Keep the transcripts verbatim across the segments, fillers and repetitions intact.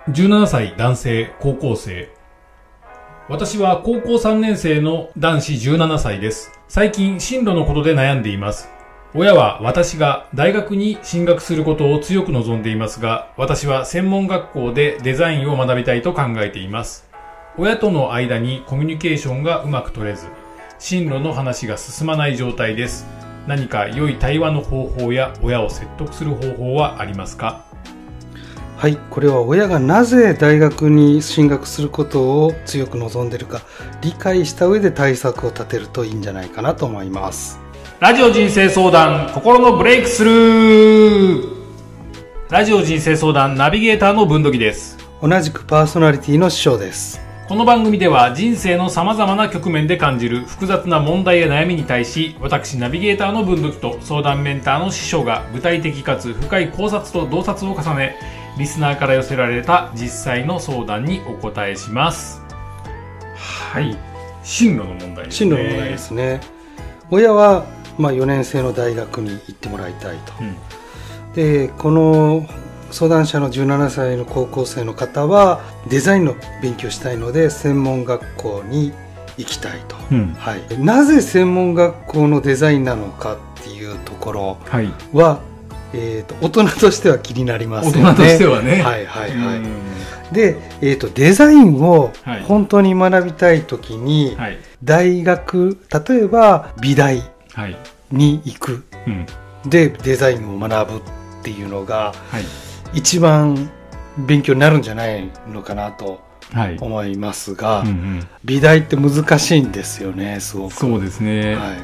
じゅうななさい男性高校生。私は高校さんねん生の男子じゅうななさいです。最近進路のことで悩んでいます。親は私が大学に進学することを強く望んでいますが、私は専門学校でデザインを学びたいと考えています。親との間にコミュニケーションがうまく取れず、進路の話が進まない状態です。何か良い対話の方法や親を説得する方法はありますか？ はい、これは親がなぜ大学に進学することを強く望んでいるか理解した上で対策を立てるといいんじゃないかなと思います。 ラジオ人生相談、心のブレイクスルー。ラジオ人生相談ナビゲーターの文土器です。 同じくパーソナリティの師匠です。 この番組では人生の様々な局面で感じる複雑な問題や悩みに対し、私ナビゲーターの文土器と相談メンターの師匠が具体的かつ深い考察と洞察を重ね、リスナーから寄せられた実際の相談にお答えします。はい、進路の問題ですね。 進路の問題ですね。親は、まあ、よねん生の大学に行ってもらいたいと、うん、でこの相談者のじゅうななさいの高校生の方はデザインの勉強したいので専門学校に行きたいと、うん、はい、なぜ専門学校のデザインなのかっていうところは、はいえー、と大人としては気になりますよね。 大人としてはね。 はいはいはい。で、えー、とデザインを本当に学びたいときに、はい、大学例えば美大に行く、はいうん、でデザインを学ぶっていうのが、はい、一番勉強になるんじゃないのかなと思いますが、はいうんうん、美大って難しいんですよね、すごく。 そうですね、 はい、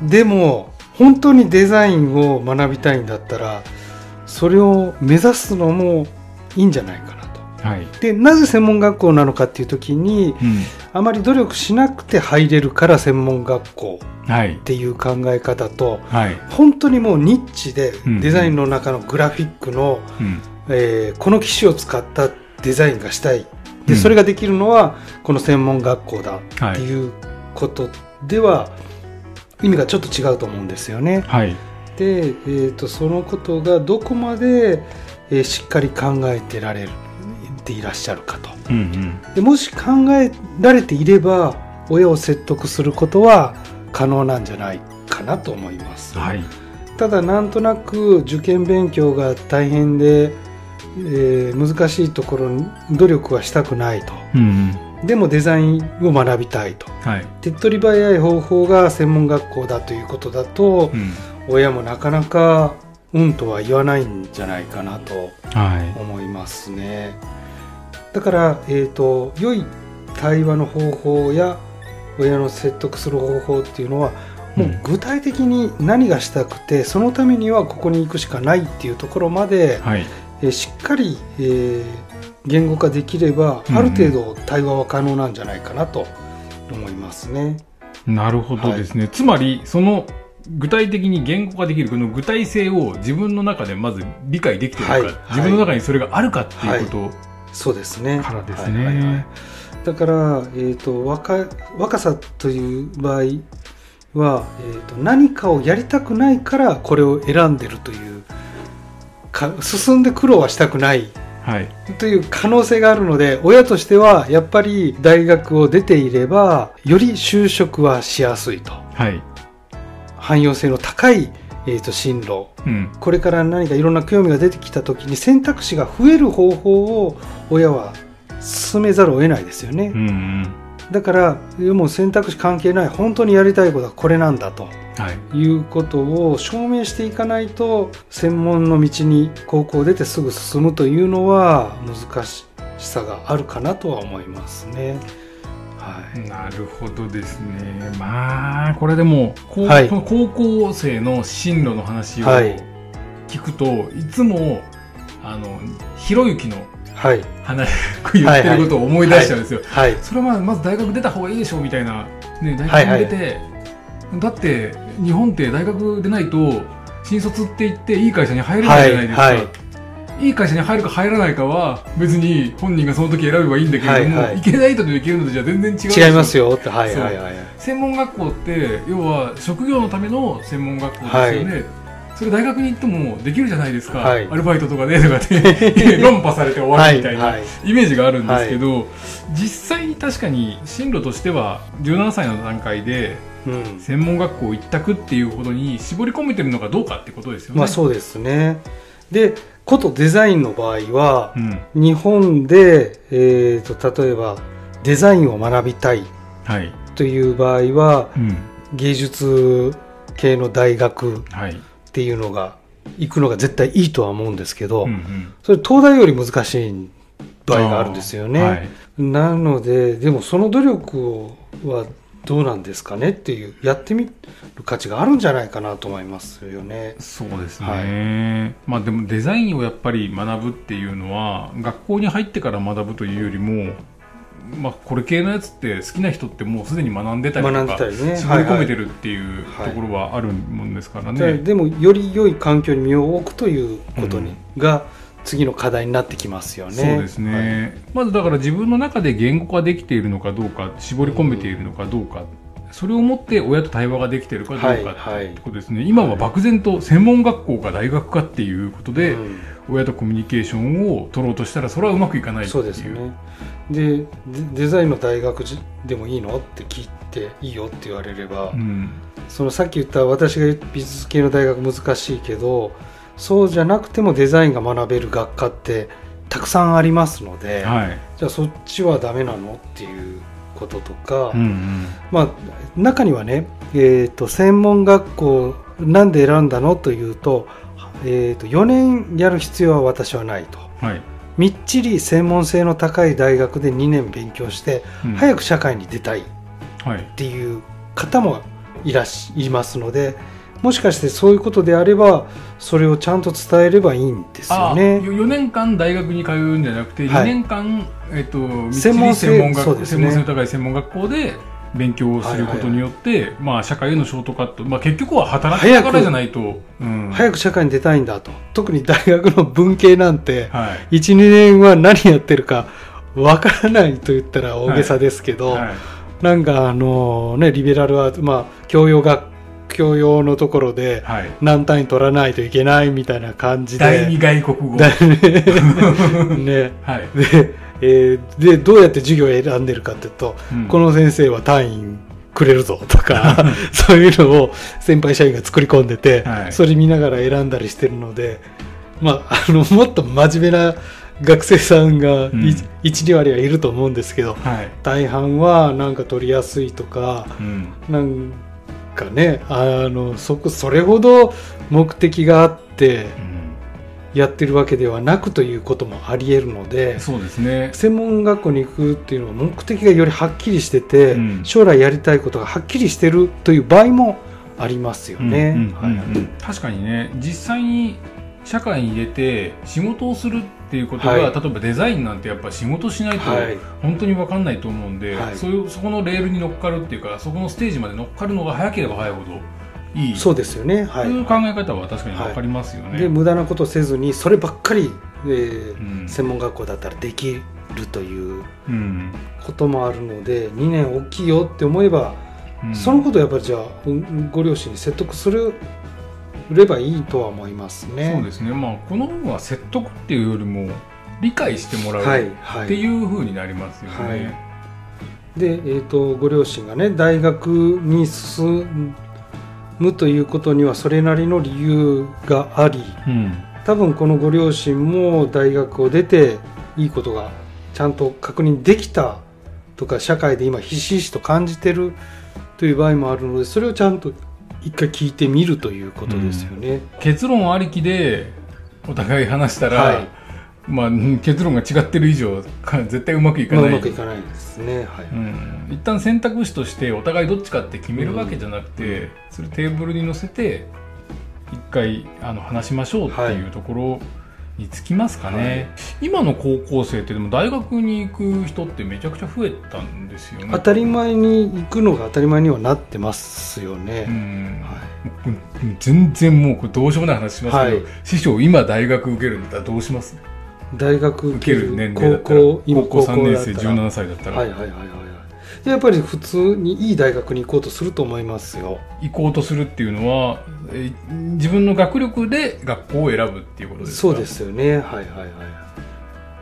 でも本当にデザインを学びたいんだったらそれを目指すのもいいんじゃないかなと、はい、でなぜ専門学校なのかっていう時に、うん、あまり努力しなくて入れるから専門学校っていう考え方と、はい、本当にもうニッチでデザインの中のグラフィックの、うんえー、この機種を使ったデザインがしたいで、それができるのはこの専門学校だっていうことでは、はい意味がちょっと違うと思うんですよね。はい、で、えーと、そのことがどこまで、えー、しっかり考えてられていらっしゃるかと、うんうん、でもし考えられていれば親を説得することは可能なんじゃないかなと思います。はい、ただなんとなく受験勉強が大変で、えー、難しいところに努力はしたくないと、うんうんでもデザインを学びたいと、はい、手っ取り早い方法が専門学校だということだと、うん、親もなかなかうんとは言わないんじゃないかなと思いますね。はい、だから、えーと、良い対話の方法や親の説得する方法っていうのはもう具体的に何がしたくて、うん、そのためにはここに行くしかないっていうところまで、はいえー、しっかり、えー言語化できればある程度対話は可能なんじゃないかなと思いますね。 うん、なるほどですね。はい、つまりその具体的に言語化できるこの具体性を自分の中でまず理解できているか、はいはい、自分の中にそれがあるかっていうこと、はい、 そうですねからですね。はいはいはい、 だから、えーと、若、若さという場合は、えーと、何かをやりたくないからこれを選んでるというか進んで苦労はしたくないはい、という可能性があるので親としてはやっぱり大学を出ていればより就職はしやすいと、はい、汎用性の高い、えーと、進路、うん、これから何かいろんな興味が出てきた時に選択肢が増える方法を親は進めざるを得ないですよね。うんうん、だからもう選択肢関係ない本当にやりたいことはこれなんだと、はい、いうことを証明していかないと専門の道に高校を出てすぐ進むというのは難しさがあるかなとは思いますね。 はい、なるほどですね。まあこれでも、はい、高校生の進路の話を聞くと、はい、いつもあのひろゆきのはい、話言ってることを思い出しちゃうんですよ。はいはいはい、それはまあまず大学出た方がいいでしょうみたいな、ね、大学出て、はいはい、だって日本って大学出ないと新卒って言っていい会社に入れないじゃないですか。はいはい、いい会社に入るか入らないかは別に本人がその時選べばいいんだけれども、はいはい、いけないといけるのとじゃ全然違うでしょ。 違いますよって、はいはいはい、 専門学校って要は職業のための専門学校ですよね。はい、 それ大学に行ってもできるじゃないですか、はい、アルバイトとかでとかで論破されて終わるみたいなイメージがあるんですけど、はいはい、実際確かに進路としてはじゅうななさいの段階で専門学校一択っていうほどに絞り込めてるのかどうかってことですよね。 まあそうですね。でことデザインの場合は、うん、日本で、えー、と例えばデザインを学びたいという場合は、はいうん、芸術系の大学っていうのが行くのが絶対いいとは思うんですけど、うんうん、それ東大より難しい場合があるんですよね、はい、なのででもその努力はどうなんですかねっていうやってみる価値があるんじゃないかなと思いますよね。 そうですね、はい、まあでもデザインをやっぱり学ぶっていうのは学校に入ってから学ぶというよりもまあ、これ系のやつって好きな人ってもうすでに学んでたりとか、ね、絞り込めてるっていうところはあるもんですからね、はいはい、 でもより良い環境に身を置くということに、うん、が次の課題になってきますよね。 そうですね、はい、まずだから自分の中で言語化できているのかどうか絞り込めているのかどうか、うん、それをもって親と対話ができているかどうかってことですね、はいはい、今は漠然と専門学校か大学かっていうことで、うん、親とコミュニケーションを取ろうとしたらそれはうまくいかないっていう。 そうですね。でデザインの大学でもいいのって聞いていいよって言われれば、うん、そのさっき言った私が美術系の大学難しいけどそうじゃなくてもデザインが学べる学科ってたくさんありますので、はい、じゃあそっちはダメなのっていうこととか、うんうん、まあ中にはね、えーと、専門学校なんで選んだのというと、えーと、よねんやる必要は私はないと、はい、みっちり専門性の高い大学でにねん勉強して、うん、早く社会に出たいっていう方もいらっしゃいますので、もしかしてそういうことであればそれをちゃんと伝えればいいんですよね。 よねんかん大学に通うんじゃなくて、はい、にねんかん、えっと、みっちり専門性、そうですね、専門性の高い専門学校で勉強をすることによって、はいはいはい、まあ、社会へのショートカット、まあ、結局は働きながらじゃないと、 うん、早く社会に出たいんだと。特に大学の文系なんて、はい、いちにねんは何やってるかわからないと言ったら大げさですけど、はいはい、なんかあのねリベラルアーツ、まあ、教養学教養のところで何単位取らないといけないみたいな感じで、 第二外国語ね、はい、で、えー、でどうやって授業を選んでるかっていうと、うん、この先生は単位くれるぞとかそういうのを先輩社員が作り込んでて、はい、それ見ながら選んだりしてるので、まあ、あのもっと真面目な学生さんが いち,に 割はいると思うんですけど、はい、大半はなんか取りやすいとか、うん、なんかね、あの そ, それほど目的があってやってるわけではなくということもありえるので、 そうですね、 専門学校に行くっていうのは目的がよりはっきりしてて、うん、将来やりたいことがはっきりしてるという場合もありますよね。 確かにね、実際に社会に出て仕事をするっていうことが、はい、例えばデザインなんてやっぱ仕事しないと本当に分かんないと思うんで、はい、そういうそこのレールに乗っかるっていうか、そこのステージまで乗っかるのが早ければ早いほどいい。 そうですよね、はい、 そういう考え方は確かに分かりますよね、はい、 で無駄なことせずにそればっかり、えーうん、専門学校だったらできるということもあるので、にねん大きいよって思えば、うん、そのことをやっぱりじゃあご両親に説得する売ればいいとは思いますね。 そうですね、まあ、この部分は説得っていうよりも理解してもらう、はいはい、っていう風になりますよね、はい、 で、えーと、ご両親がね大学に進むということにはそれなりの理由があり、うん、多分このご両親も大学を出ていいことがちゃんと確認できたとか、社会で今ひしひしと感じてるという場合もあるので、それをちゃんと一回聞いてみるということですよね、うん、 結論ありきでお互い話したら、はい、まあ、結論が違ってる以上絶対うまくいかない、まあ、 うまくいかないですね、はい、 うん、一旦選択肢としてお互いどっちかって決めるわけじゃなくて、うん、それテーブルに乗せて一回あの話しましょうっていうところにつきますかね、はい、今の高校生ってでも大学に行く人ってめちゃくちゃ増えたんですよね。 当たり前に行くのが当たり前にはなってますよね、うん、 はい、全然もうこれどうしようもない話しますけど、はい、師匠今大学受けるんだったらどうします？ 大学受ける年齢だったら高校、今高校さんねん生じゅうななさいだったら、 はいはいはいはい、 やっぱり普通にいい大学に行こうとすると思いますよ。 行こうとするっていうのは、え自分の学力で学校を選ぶっていうことですか？ そうですよね。はいはいはい。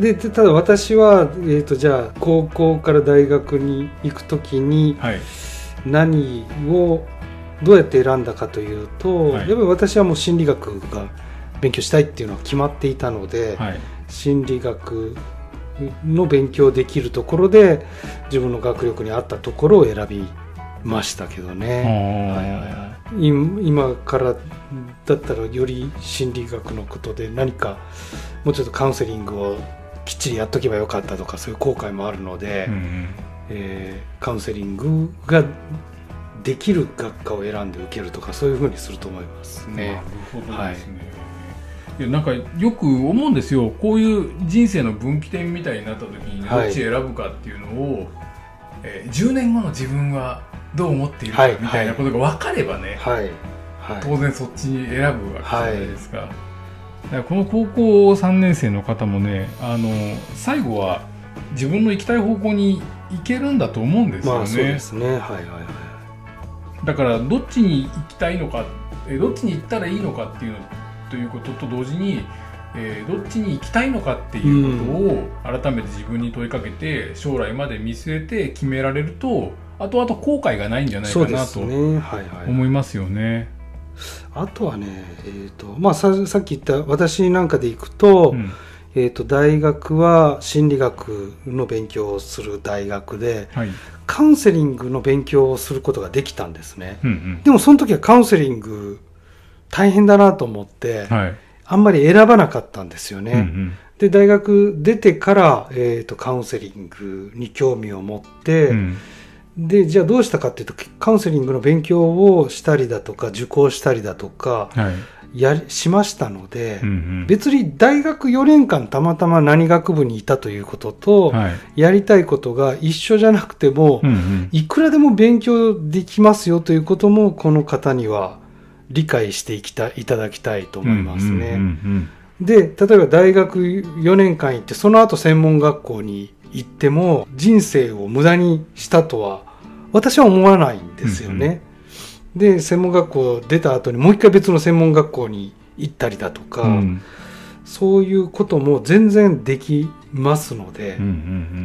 でただ私は、えー、とじゃあ高校から大学に行くときに何をどうやって選んだかというと、はい、やっぱり私はもう心理学が勉強したいっていうのは決まっていたので、はい、心理学の勉強できるところで自分の学力に合ったところを選びましたけどね。はいはいはい、今からだったらより心理学のことで何かもうちょっとカウンセリングをきっちりやっとけばよかったとかそういう後悔もあるので、うんうんえー、カウンセリングができる学科を選んで受けるとかそういうふうにすると思いますね。 なるほどですね。はい、いやなんかよく思うんですよ。こういう人生の分岐点みたいになった時にどっち選ぶかっていうのを、はいえー、じゅうねんごの自分はどう思っているかみたいなことが分かればね、はいはい、当然そっちに選ぶわけじゃないですか。はい、だからこの高校さんねん生の方もねあの最後は自分の行きたい方向に行けるんだと思うんですよね。まあそうですね。はいはいはい。だからどっちに行きたいのかえどっちに行ったらいいのかっていうのということと同時に、えー、どっちに行きたいのかっていうことを改めて自分に問いかけて将来まで見据えて決められると後々後悔がないんじゃないかなと思いますよね。 あとはね、えーとまあ、さ, さっき言った私なんかで行くと、うんえーと、大学は心理学の勉強をする大学で、はい、カウンセリングの勉強をすることができたんですね。うんうん、でもその時はカウンセリング大変だなと思って、はい、あんまり選ばなかったんですよね。うんうん、で大学出てから、えーと、カウンセリングに興味を持って、うんでじゃあどうしたかっていうとカウンセリングの勉強をしたりだとか受講したりだとか、はい、やしましたので、うんうん、別に大学よねんかんたまたま何学部にいたということと、はい、やりたいことが一緒じゃなくても、うんうん、いくらでも勉強できますよということもこの方には理解していきたいただきたいと思いますね。うんうんうんうん、で例えば大学よねんかん行ってその後専門学校に行っても人生を無駄にしたとは私は思わないんですよね。うんうん、で専門学校出た後にもう一回別の専門学校に行ったりだとか、うん、そういうことも全然できますので、うんうんうん、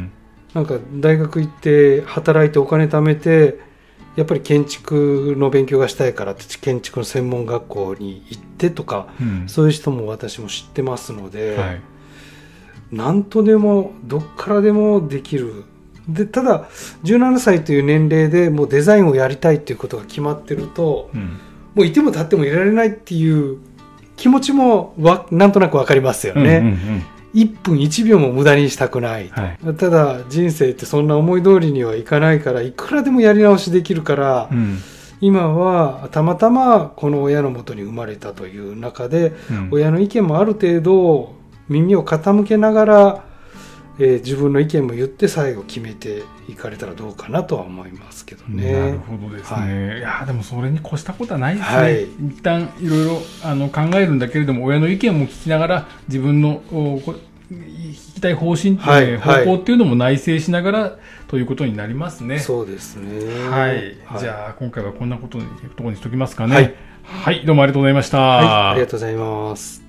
なんか大学行って働いてお金貯めてやっぱり建築の勉強がしたいからって建築の専門学校に行ってとか、うん、そういう人も私も知ってますので、はい、何とでもどっからでもできる。でただじゅうななさいという年齢でもうデザインをやりたいっていうことが決まってると、うん、もういても立ってもいられないっていう気持ちもわなんとなく分かりますよね。うんうんうん、いっぷんいちびょうも無駄にしたくないと、はい、ただ人生ってそんな思い通りにはいかないからいくらでもやり直しできるから、うん、今はたまたまこの親のもとに生まれたという中で、うん、親の意見もある程度耳を傾けながらえー、自分の意見も言って最後決めていかれたらどうかなとは思いますけどね。 なるほどですね。はい、いやでもそれに越したことはないですね。はい、一旦いろいろあの考えるんだけれども親の意見も聞きながら自分のこ聞きたい方針、はい、方向っていうのも内省しながら、はい、ということになりますね。 そうですね。 はい。はい、じゃあ今回はこんなことにところにしときますかね。はい、はい、どうもありがとうございました。 はい、ありがとうございます。